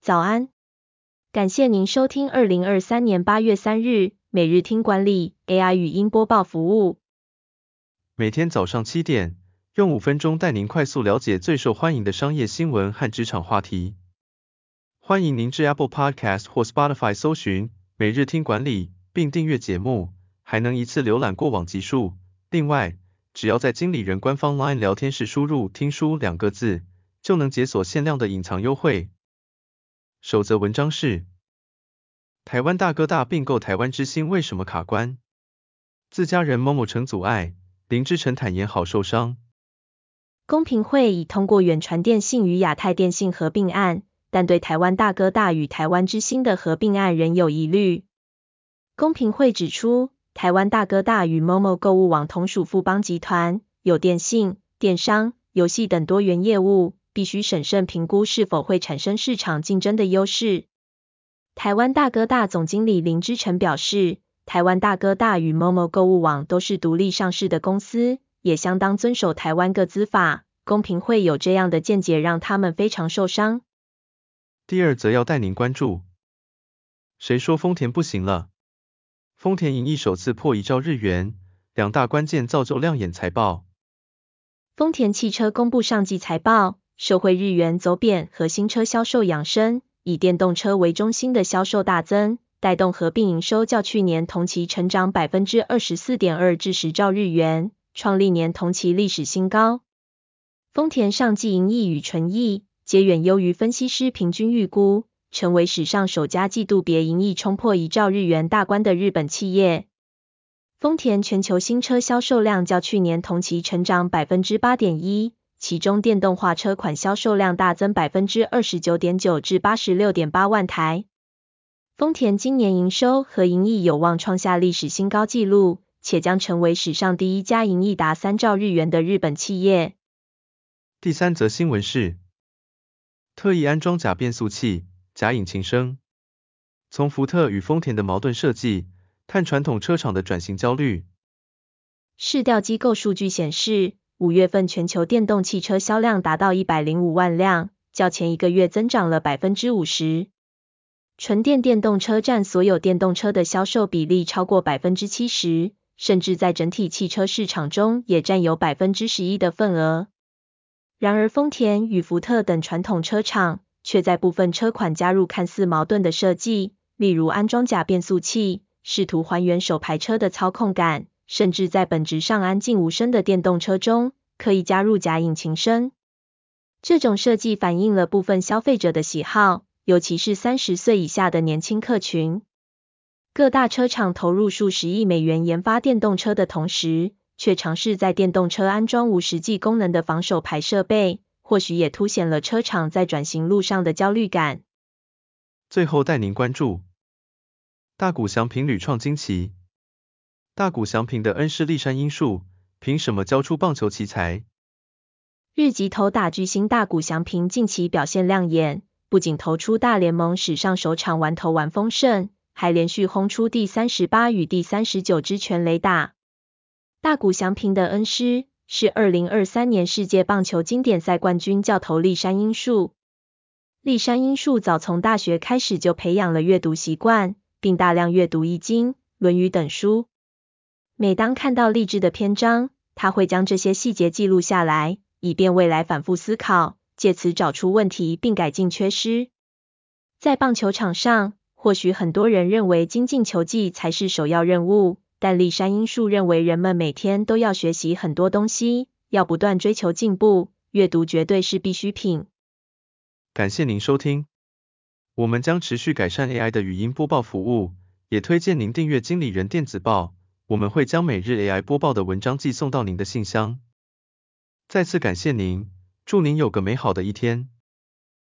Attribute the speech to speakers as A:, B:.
A: 早安，感谢您收听2023年8月3日每日听管理 AI 语音播报服务。
B: 每天早上7点，用5分钟带您快速了解最受欢迎的商业新闻和职场话题。欢迎您至 Apple Podcast 或 Spotify 搜寻每日听管理，并订阅节目，还能一次浏览过往集数。另外，只要在经理人官方 LINE 聊天室输入听书2个字，就能解锁限量的隐藏优惠。首则文章是：台湾大哥大并购台湾之星为什么卡关？自家人某某成阻碍，林之晨坦言好受伤。
A: 公平会已通过远传电信与亚太电信合并案，但对台湾大哥大与台湾之星的合并案仍有疑虑。公平会指出，台湾大哥大与某某购物网同属富邦集团，有电信、电商、游戏等多元业务，必须审慎评估是否会产生市场竞争的优势。台湾大哥大总经理林之晨表示，台湾大哥大与某某购物网都是独立上市的公司，也相当遵守台湾个资法，公平会有这样的见解让他们非常受伤。
B: 第二则要带您关注，谁说丰田不行了？丰田盈利首次破1兆日元，两大关键造就亮眼财报。
A: 丰田汽车公布上季财报，受惠日元走贬和新车销售扬升，以电动车为中心的销售大增，带动合并营收较去年同期成长 24.2% 至10兆日元，创历年同期历史新高。丰田上季盈利与纯益皆远优于分析师平均预估，成为史上首家季度别盈利冲破1兆日元大关的日本企业。丰田全球新车销售量较去年同期成长 8.1%， 其中电动化车款销售量大增 29.9% 至 86.8 万台。丰田今年营收和盈利有望创下历史新高纪录，且将成为史上第一家盈利达3兆日元的日本企业。
B: 第三则新闻是：特意安装假变速器、假引擎声。从福特与丰田的矛盾设计，看传统车厂的转型焦虑。
A: 市调机构数据显示，5月份全球电动汽车销量达到105万辆，较前一个月增长了 50%。纯电电动车占所有电动车的销售比例超过 70%， 甚至在整体汽车市场中也占有 11% 的份额。然而丰田与福特等传统车厂却在部分车款加入看似矛盾的设计，例如安装假变速器，试图还原手排车的操控感，甚至在本质上安静无声的电动车中刻意加入假引擎声。这种设计反映了部分消费者的喜好，尤其是30岁以下的年轻客群。各大车厂投入数十亿美元研发电动车的同时，却尝试在电动车安装无实际功能的防手排设备，或许也凸显了车厂在转型路上的焦虑感。
B: 最后带您关注，大谷翔平屡创惊奇。大谷翔平的恩师立山英树，凭什么交出棒球奇才？
A: 日籍投打巨星大谷翔平近期表现亮眼，不仅投出大联盟史上首场完投完封胜，还连续轰出第38与第39支全垒打。大谷翔平的恩师是2023年世界棒球经典赛冠军教头立山英树。立山英树早从大学开始就培养了阅读习惯，并大量阅读易经、论语等书。每当看到励志的篇章，他会将这些细节记录下来，以便未来反复思考，借此找出问题并改进缺失。在棒球场上，或许很多人认为精进球技才是首要任务，但立山英树认为人们每天都要学习很多东西，要不断追求进步，阅读绝对是必需品。
B: 感谢您收听，我们将持续改善 AI 的语音播报服务，也推荐您订阅经理人电子报，我们会将每日 AI 播报的文章寄送到您的信箱。再次感谢您，祝您有个美好的一天。